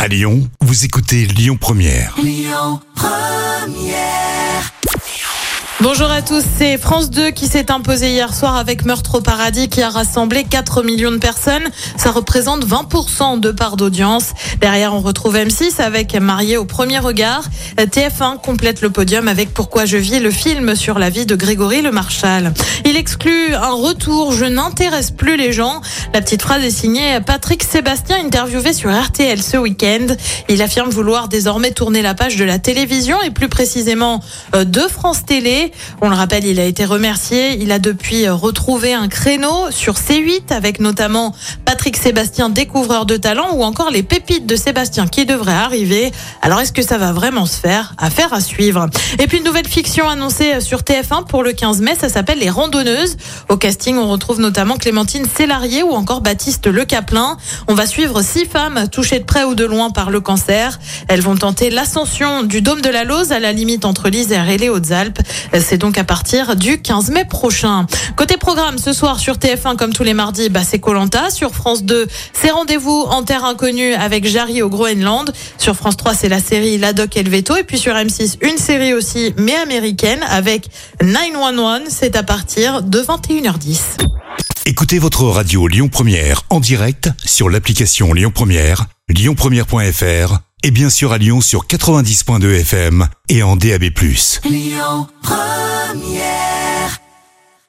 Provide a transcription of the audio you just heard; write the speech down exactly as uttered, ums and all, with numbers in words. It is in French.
À Lyon, vous écoutez Lyon Première. Lyon Première. Bonjour à tous, c'est France deux qui s'est imposé hier soir avec Meurtre au paradis qui a rassemblé quatre millions de personnes. Ça représente vingt pour cent de part d'audience. Derrière, on retrouve M six avec Marié au premier regard. T F un complète le podium avec Pourquoi je vis, le film sur la vie de Grégory Le Marchal. Il exclut un retour, je n'intéresse plus les gens. La petite phrase est signée Patrick Sébastien, interviewé sur R T L ce week-end. Il affirme vouloir désormais tourner la page de la télévision et plus précisément de France Télé. On le rappelle, il a été remercié. Il a depuis retrouvé un créneau sur C huit avec notamment Patrick Sébastien, découvreur de talent, ou encore les pépites de Sébastien qui devraient arriver. Alors, est-ce que ça va vraiment se faire? Affaire à suivre. Et puis, une nouvelle fiction annoncée sur T F un pour le quinze mai. Ça s'appelle Les Randonneuses. Au casting, on retrouve notamment Clémentine Célarié ou encore Baptiste Le Caplin. On va suivre six femmes touchées de près ou de loin par le cancer. Elles vont tenter l'ascension du Dôme de la Lauze à la limite entre l'Isère et les Hautes-Alpes. C'est donc à partir du quinze mai prochain. Côté programme, ce soir sur T F un, comme tous les mardis, bah c'est Koh-Lanta. Sur France deux, c'est Rendez-vous en terre inconnue avec Jarry au Groenland. Sur France trois, c'est la série La Doc et le Veto. Et puis sur M six, une série aussi, mais américaine, avec neuf un un. C'est à partir de vingt et une heures dix. Écoutez votre radio Lyon Première en direct sur l'application Lyon Première, lyon première point f r et bien sûr à Lyon sur quatre-vingt-dix point deux F M et en D A B plus. Lyon Première.